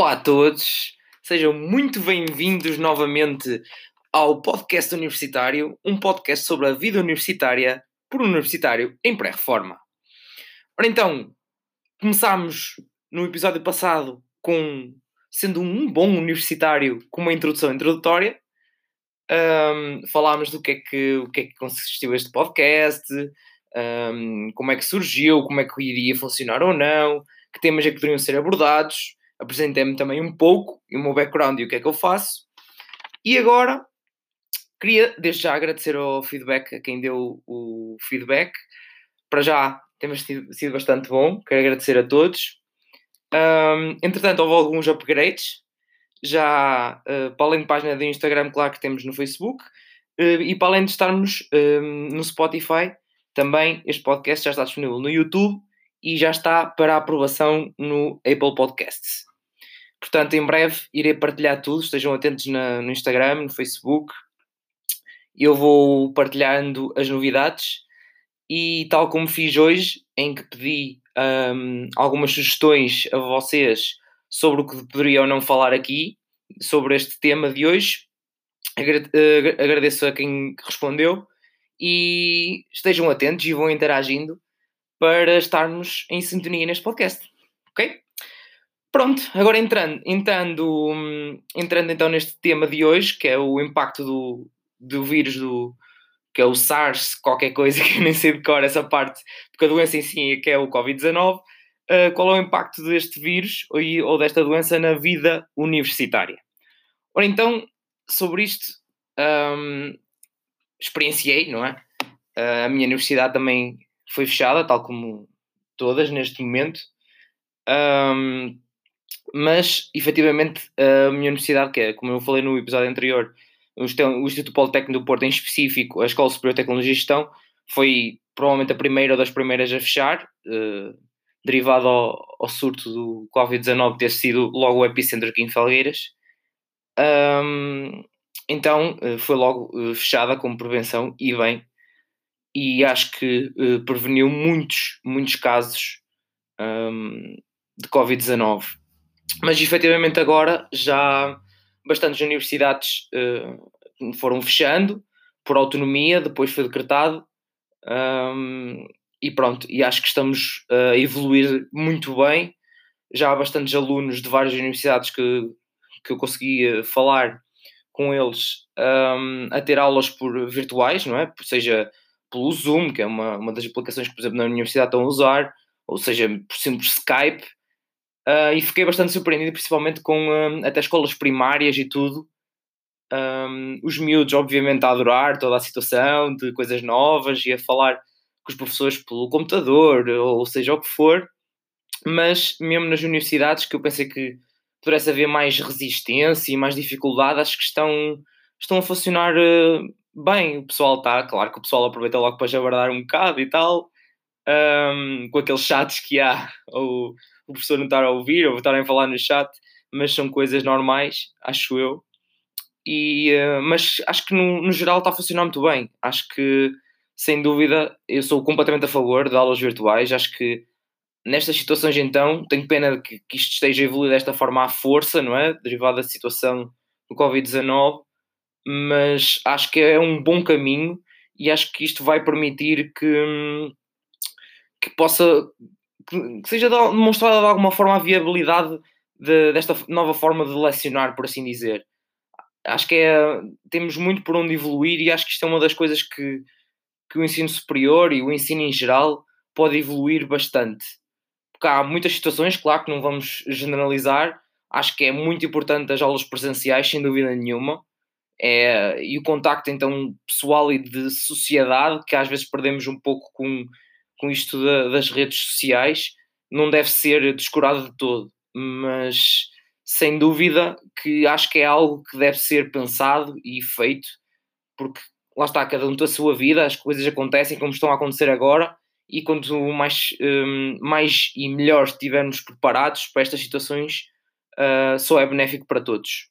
Olá a todos, sejam muito bem-vindos novamente ao podcast universitário, um podcast sobre a vida universitária por um universitário em pré-reforma. Ora então, começámos no episódio passado sendo um bom universitário com uma introdução introdutória. Falámos do que é que consistiu este podcast, como é que surgiu, como é que iria funcionar ou não, que temas é que poderiam ser abordados. Apresentei-me também um pouco, e o meu background e o que é que eu faço. E agora, queria desde já agradecer ao feedback, a quem deu o feedback. Para já, temos sido bastante bom, quero agradecer a todos. Entretanto, houve alguns upgrades, já para além de página do Instagram, claro que temos no Facebook, e para além de estarmos no Spotify, também este podcast já está disponível no YouTube e já está para aprovação no Apple Podcasts. Portanto, em breve irei partilhar tudo, estejam atentos no Instagram, no Facebook. Eu vou partilhando as novidades e tal como fiz hoje, em que pedi algumas sugestões a vocês sobre o que poderia ou não falar aqui, sobre este tema de hoje. Agradeço a quem respondeu e estejam atentos e vão interagindo para estarmos em sintonia neste podcast, ok? Pronto, agora entrando então neste tema de hoje, que é o impacto do vírus, que é o SARS, qualquer coisa, que eu nem sei de cor essa parte, porque a doença em si é que é o Covid-19, qual é o impacto deste vírus ou desta doença na vida universitária? Ora então, sobre isto, experienciei, não é? A minha universidade também foi fechada, tal como todas neste momento. Mas, efetivamente, a minha universidade, que é, como eu falei no episódio anterior, o Instituto Politécnico do Porto, em específico, a Escola Superior de Tecnologia e Gestão, foi provavelmente a primeira ou das primeiras a fechar, derivado ao surto do Covid-19 ter sido logo o epicentro aqui em Felgueiras. Então, foi logo fechada como prevenção, e bem, e acho que preveniu muitos casos de Covid-19. Mas efetivamente agora já bastantes universidades foram fechando por autonomia, depois foi decretado, e pronto, e acho que estamos a evoluir muito bem. Já há bastantes alunos de várias universidades que eu consegui falar com eles, a ter aulas virtuais, não é? Seja pelo Zoom, que é uma das aplicações que, por exemplo, na universidade estão a usar, ou seja, por simples Skype. E fiquei bastante surpreendido, principalmente com até escolas primárias e tudo. Os miúdos, obviamente, a adorar toda a situação de coisas novas e a falar com os professores pelo computador, ou seja o que for. Mas mesmo nas universidades, que eu pensei que pudesse haver mais resistência e mais dificuldade, acho que estão a funcionar bem. O pessoal está, claro que o pessoal aproveita logo para jabardar um bocado e tal, com aqueles chats que há, ou o professor não estar a ouvir, ou estarem a falar no chat, mas são coisas normais, acho eu. Mas acho que no geral está a funcionar muito bem. Acho que, sem dúvida, eu sou completamente a favor de aulas virtuais. Acho que nestas situações, então, tenho pena que isto esteja a evoluir desta forma à força, não é? Derivado da situação do Covid-19, mas acho que é um bom caminho e acho que isto vai permitir que possa, que seja demonstrada de alguma forma a viabilidade desta nova forma de lecionar, por assim dizer. Acho que temos muito por onde evoluir e acho que isto é uma das coisas que o ensino superior e o ensino em geral pode evoluir bastante. Porque há muitas situações, claro que não vamos generalizar, acho que é muito importante as aulas presenciais, sem dúvida nenhuma, e o contacto então pessoal e de sociedade, que às vezes perdemos um pouco com isto das redes sociais, não deve ser descurado de todo, mas sem dúvida que acho que é algo que deve ser pensado e feito, porque lá está, cada um tem a sua vida, as coisas acontecem como estão a acontecer agora, e quanto mais e melhor estivermos preparados para estas situações, só é benéfico para todos.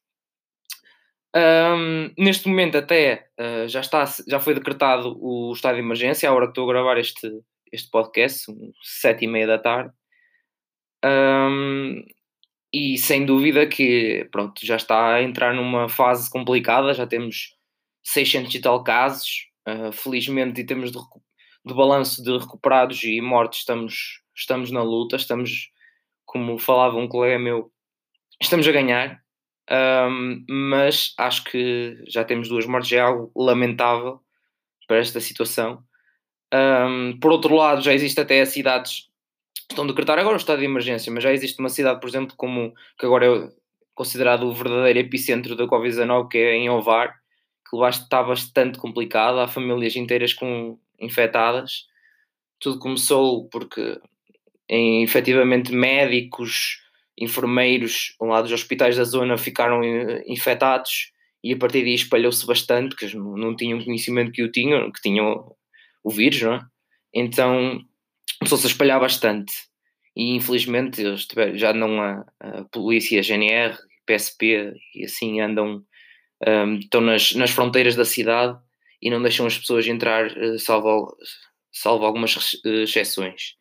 Neste momento até já foi decretado o estado de emergência, à hora que estou a gravar este podcast, 7h30 da tarde. e sem dúvida que, pronto, já está a entrar numa fase complicada, já temos 600 e tal casos, felizmente, em termos de balanço de recuperados e mortes, estamos na luta, estamos, como falava um colega meu, estamos a ganhar, mas acho que já temos 2 mortes, é algo lamentável para esta situação. Por outro lado, já existe até cidades que estão a decretar agora o estado de emergência, mas já existe uma cidade, por exemplo, como que agora é considerado o verdadeiro epicentro da Covid-19, que é em Ovar, que lá está bastante complicado, há famílias inteiras infectadas. Tudo começou porque efetivamente médicos, enfermeiros lá dos hospitais da zona ficaram infectados e a partir daí espalhou-se bastante, que eles não tinham conhecimento que tinham o vírus, não é? Então começou-se a espalhar bastante e infelizmente já não a polícia, a GNR, PSP e assim estão nas fronteiras da cidade e não deixam as pessoas entrar, salvo algumas exceções.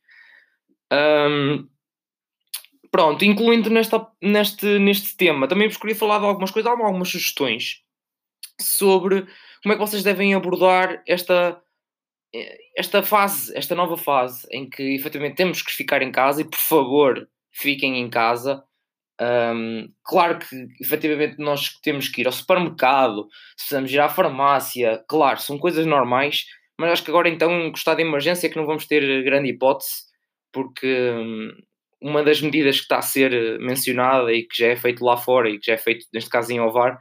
Pronto, incluindo neste tema, também vos queria falar de algumas coisas, algumas sugestões sobre como é que vocês devem abordar esta nova fase em que efetivamente temos que ficar em casa e por favor fiquem em casa. Claro que efetivamente nós temos que ir ao supermercado, precisamos ir à farmácia, claro, são coisas normais, mas acho que agora então em estado de emergência é que não vamos ter grande hipótese, porque uma das medidas que está a ser mencionada e que já é feito lá fora e que já é feito neste caso em Ovar,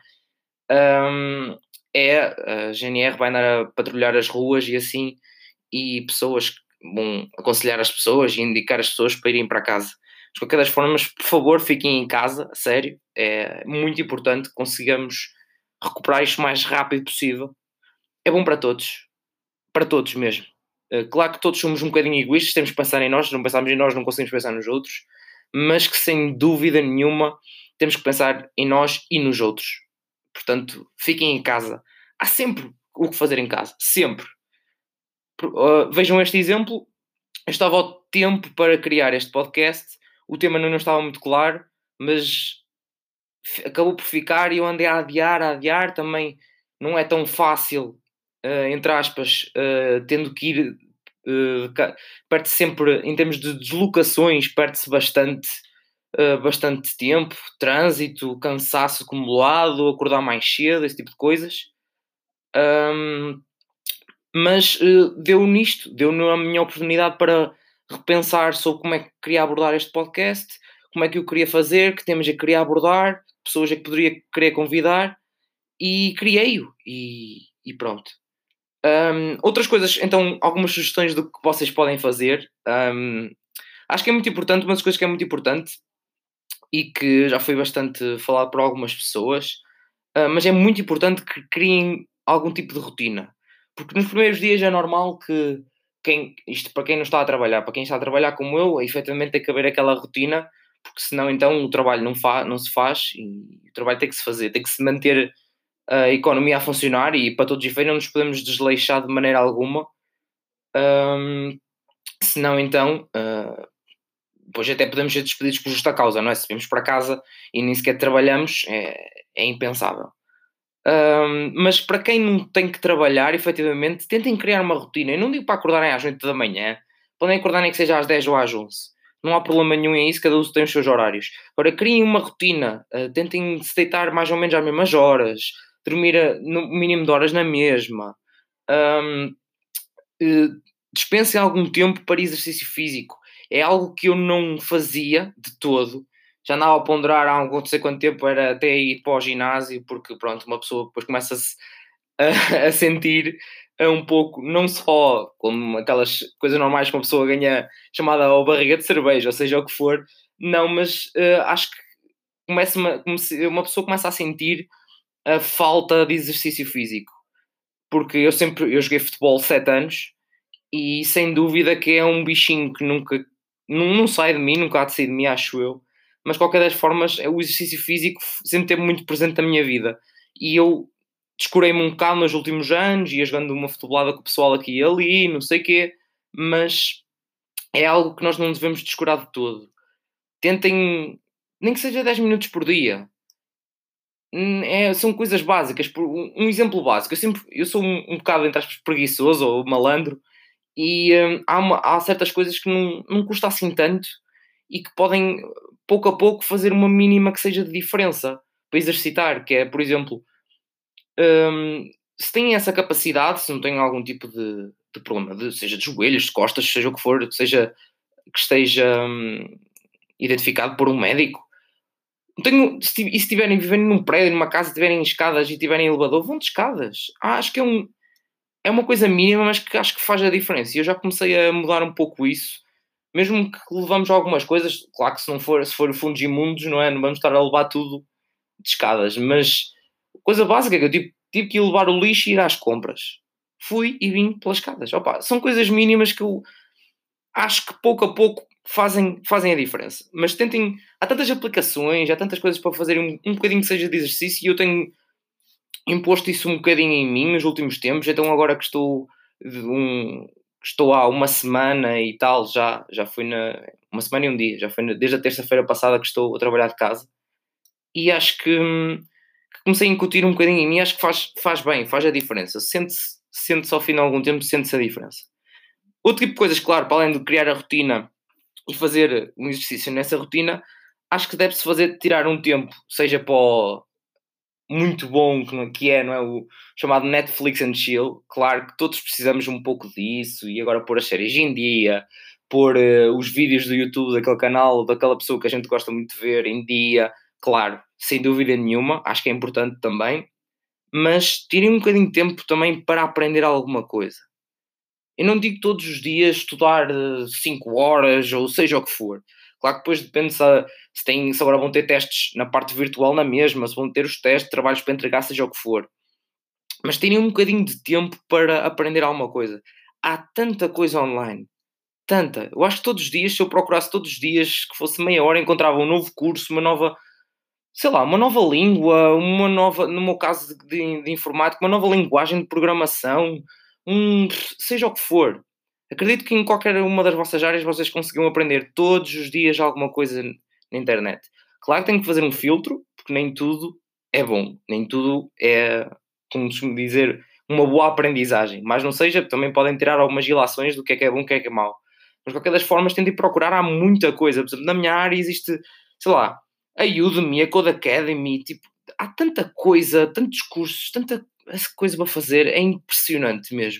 é a GNR vai andar a patrulhar as ruas e assim, e pessoas vão aconselhar as pessoas e indicar as pessoas para irem para casa. De qualquer das formas, por favor, fiquem em casa, a sério. É muito importante que consigamos recuperar isto o mais rápido possível. É bom para todos mesmo. Claro que todos somos um bocadinho egoístas, temos que pensar em nós, se não pensarmos em nós, não conseguimos pensar nos outros, mas que sem dúvida nenhuma temos que pensar em nós e nos outros. Portanto, fiquem em casa. Há sempre o que fazer em casa, sempre. Vejam este exemplo. Eu estava ao tempo para criar este podcast, o tema não estava muito claro, mas acabou por ficar e eu andei a adiar, também não é tão fácil, entre aspas, tendo que ir, perde-se sempre, em termos de deslocações, perde-se bastante tempo, trânsito, cansaço acumulado, acordar mais cedo, esse tipo de coisas. Mas deu-me a minha oportunidade para repensar sobre como é que queria abordar este podcast, como é que eu queria fazer, que temas é que queria abordar, pessoas é que poderia querer convidar e criei-o e pronto. Outras coisas, então, algumas sugestões do que vocês podem fazer. Acho que é muito importante, uma das coisas que é muito importante e que já foi bastante falado por algumas pessoas, mas é muito importante que criem algum tipo de rotina. Porque nos primeiros dias é normal que isto para quem não está a trabalhar, para quem está a trabalhar como eu, efetivamente tem que haver aquela rotina, porque senão então o trabalho não se faz e o trabalho tem que se fazer, tem que se manter a economia a funcionar e para todos os efeitos não nos podemos desleixar de maneira alguma, senão então depois até podemos ser despedidos por justa causa, não é? Se vimos para casa e nem sequer trabalhamos, é impensável. Mas para quem não tem que trabalhar, efetivamente, tentem criar uma rotina. Eu não digo para acordarem às 8 da manhã, podem acordar nem que seja às 10 ou às 11. Não há problema nenhum em isso, cada um tem os seus horários. Agora, criem uma rotina, tentem se deitar mais ou menos às mesmas horas, dormir no mínimo de horas na mesma. Um, uh, Dispensem algum tempo para exercício físico. É algo que eu não fazia de todo. Já andava a ponderar há não sei quanto tempo, era até ir para o ginásio, porque pronto, uma pessoa depois começa-se a sentir um pouco, não só como aquelas coisas normais que uma pessoa ganha chamada ou barriga de cerveja, ou seja o que for, não, mas acho que uma pessoa começa a sentir a falta de exercício físico. Porque eu joguei futebol 7 anos e sem dúvida que é um bichinho que nunca não sai de mim, nunca há de sair de mim, acho eu. Mas de qualquer das formas, o exercício físico sempre teve muito presente na minha vida. E eu descurei-me um bocado nos últimos anos, ia jogando uma futebolada com o pessoal aqui e ali, não sei o quê, mas é algo que nós não devemos descurar de todo. Tentem Nem que seja 10 minutos por dia. São coisas básicas. Um exemplo básico. Eu sou um bocado, entre aspas, preguiçoso ou malandro e há certas coisas que não custa assim tanto e que podem, pouco a pouco, fazer uma mínima que seja de diferença para exercitar, que é, por exemplo, se têm essa capacidade, se não têm algum tipo de problema, seja de joelhos, de costas, seja o que for, que esteja identificado por um médico, e se estiverem vivendo num prédio, numa casa, tiverem escadas e tiverem elevador, vão de escadas. Acho que é uma coisa mínima, mas que acho que faz a diferença. E eu já comecei a mudar um pouco isso. Mesmo que levamos algumas coisas, claro que se for fundos imundos, não é? Não vamos estar a levar tudo de escadas, mas coisa básica que eu tive que ir levar o lixo e ir às compras. Fui e vim pelas escadas. Opa, são coisas mínimas que eu acho que pouco a pouco fazem a diferença. Mas tentem, há tantas aplicações, há tantas coisas para fazer um bocadinho que seja de exercício e eu tenho imposto isso um bocadinho em mim nos últimos tempos, então agora que estou há uma semana e tal, já foi uma semana e um dia, já foi desde a terça-feira passada que estou a trabalhar de casa e acho que comecei a incutir um bocadinho em mim, acho que faz bem, faz a diferença, sente-se ao fim de algum tempo, sente-se a diferença. Outro tipo de coisas, claro, para além de criar a rotina e fazer um exercício nessa rotina, acho que deve-se tirar um tempo, seja para o muito bom que é, não é? O chamado Netflix and Chill. Claro que todos precisamos um pouco disso e agora pôr as séries em dia, pôr os vídeos do YouTube daquele canal, daquela pessoa que a gente gosta muito de ver em dia, claro, sem dúvida nenhuma, acho que é importante também, mas tirem um bocadinho de tempo também para aprender alguma coisa. Eu não digo todos os dias estudar 5 horas ou seja o que for. Claro que depois depende se agora vão ter testes na parte virtual na mesma, se vão ter os testes, trabalhos para entregar, seja o que for. Mas terem um bocadinho de tempo para aprender alguma coisa. Há tanta coisa online. Tanta. Eu acho que todos os dias, se eu procurasse todos os dias, que fosse meia hora, encontrava um novo curso, uma nova, sei lá, uma nova língua, uma nova, no meu caso de informática, uma nova linguagem de programação, seja o que for. Acredito que em qualquer uma das vossas áreas vocês conseguiam aprender todos os dias alguma coisa na internet. Claro que tem que fazer um filtro, porque nem tudo é bom, nem tudo é, como costumo dizer, uma boa aprendizagem. Mas não seja, também podem tirar algumas ilações do que é bom, o que é mau. Mas de qualquer das formas, tentem procurar, há muita coisa. Por exemplo, na minha área existe, sei lá, a Udemy, a Code Academy, tipo, há tanta coisa, tantos cursos, tanta essa coisa para fazer, é impressionante mesmo.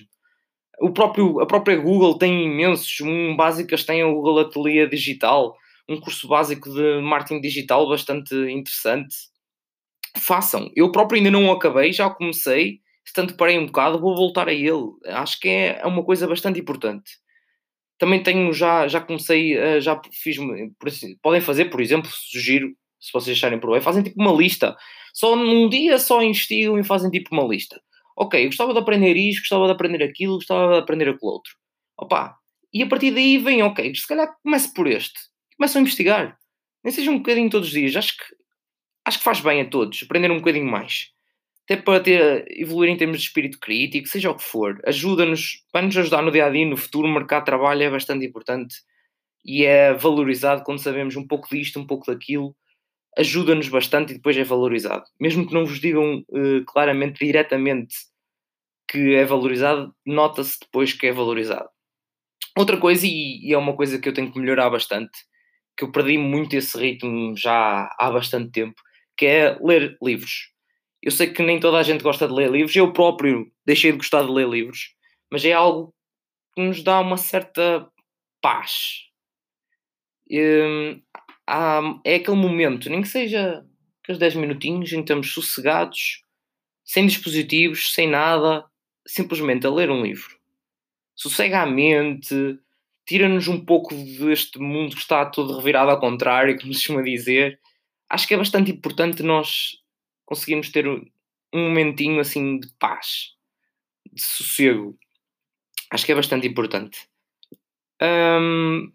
A própria Google tem imensos, um básico eles têm o Google Ateliê Digital, um curso básico de marketing digital bastante interessante. Façam. Eu próprio ainda não o acabei, já o comecei, tanto parei um bocado, vou voltar a ele. Acho que é uma coisa bastante importante. Também tenho, já comecei, já fiz, podem fazer, por exemplo, sugiro, se vocês acharem por bem, fazem tipo uma lista. Só num dia só investigam e fazem tipo uma lista. Ok, eu gostava de aprender isto, gostava de aprender aquilo, gostava de aprender aquilo outro. Opa, e a partir daí vem, ok, se calhar comece por este. Começam a investigar. Nem seja um bocadinho todos os dias. Acho que faz bem a todos, aprender um bocadinho mais. Até para evoluir em termos de espírito crítico, seja o que for. Ajuda-nos, vai-nos ajudar no dia a dia, no futuro, o mercado de trabalho é bastante importante e é valorizado quando sabemos um pouco disto, um pouco daquilo. Ajuda-nos bastante e depois é valorizado. Mesmo que não vos digam claramente, diretamente, que é valorizado, nota-se depois que é valorizado. Outra coisa, e é uma coisa que eu tenho que melhorar bastante, que eu perdi muito esse ritmo já há bastante tempo, que é ler livros. Eu sei que nem toda a gente gosta de ler livros, eu próprio deixei de gostar de ler livros, mas é algo que nos dá uma certa paz. Hum, é aquele momento, nem que seja aqueles 10 minutinhos em que estamos sossegados, sem dispositivos, sem nada, simplesmente a ler um livro. Sossega a mente, tira-nos um pouco deste mundo que está todo revirado ao contrário, como se costuma dizer. Acho que é bastante importante nós conseguirmos ter um momentinho assim de paz, de sossego. Acho que é bastante importante. Hum,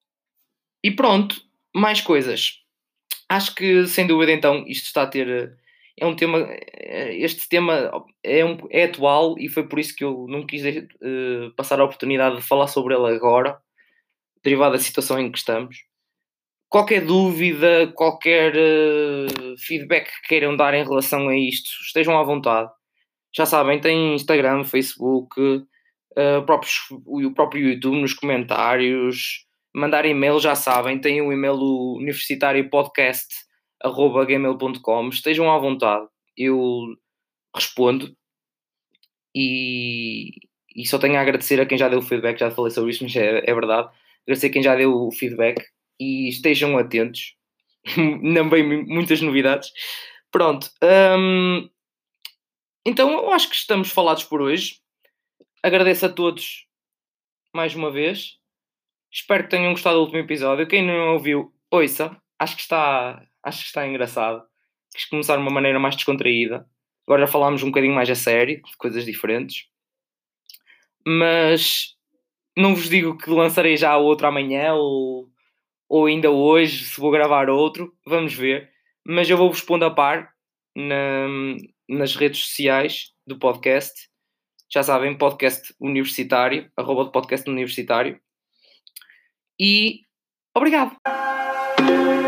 e pronto, mais coisas. Acho que sem dúvida então isto está a ter. É um tema. Este tema é atual e foi por isso que eu não quis passar a oportunidade de falar sobre ele agora, derivado da situação em que estamos. qualquer dúvida, qualquer feedback que queiram dar em relação a isto, estejam à vontade. Já sabem, tem Instagram, Facebook, o próprio YouTube nos comentários, mandar e-mail, já sabem, tem o e-mail universitário podcast@gmail.com, estejam à vontade, eu respondo e só tenho a agradecer a quem já deu o feedback, já falei sobre isto, mas é verdade, agradecer a quem já deu o feedback e estejam atentos, não vem muitas novidades. Pronto, então eu acho que estamos falados por hoje. Agradeço a todos mais uma vez. Espero que tenham gostado do último episódio. Quem não ouviu, ouça. Acho que está engraçado. Quis começar de uma maneira mais descontraída. Agora já falámos um bocadinho mais a sério, de coisas diferentes. Mas não vos digo que lançarei já outro amanhã ou ainda hoje, se vou gravar outro. Vamos ver. Mas eu vou-vos pondo a par nas redes sociais do podcast. Já sabem, podcast universitário, @podcast universitário. E obrigado!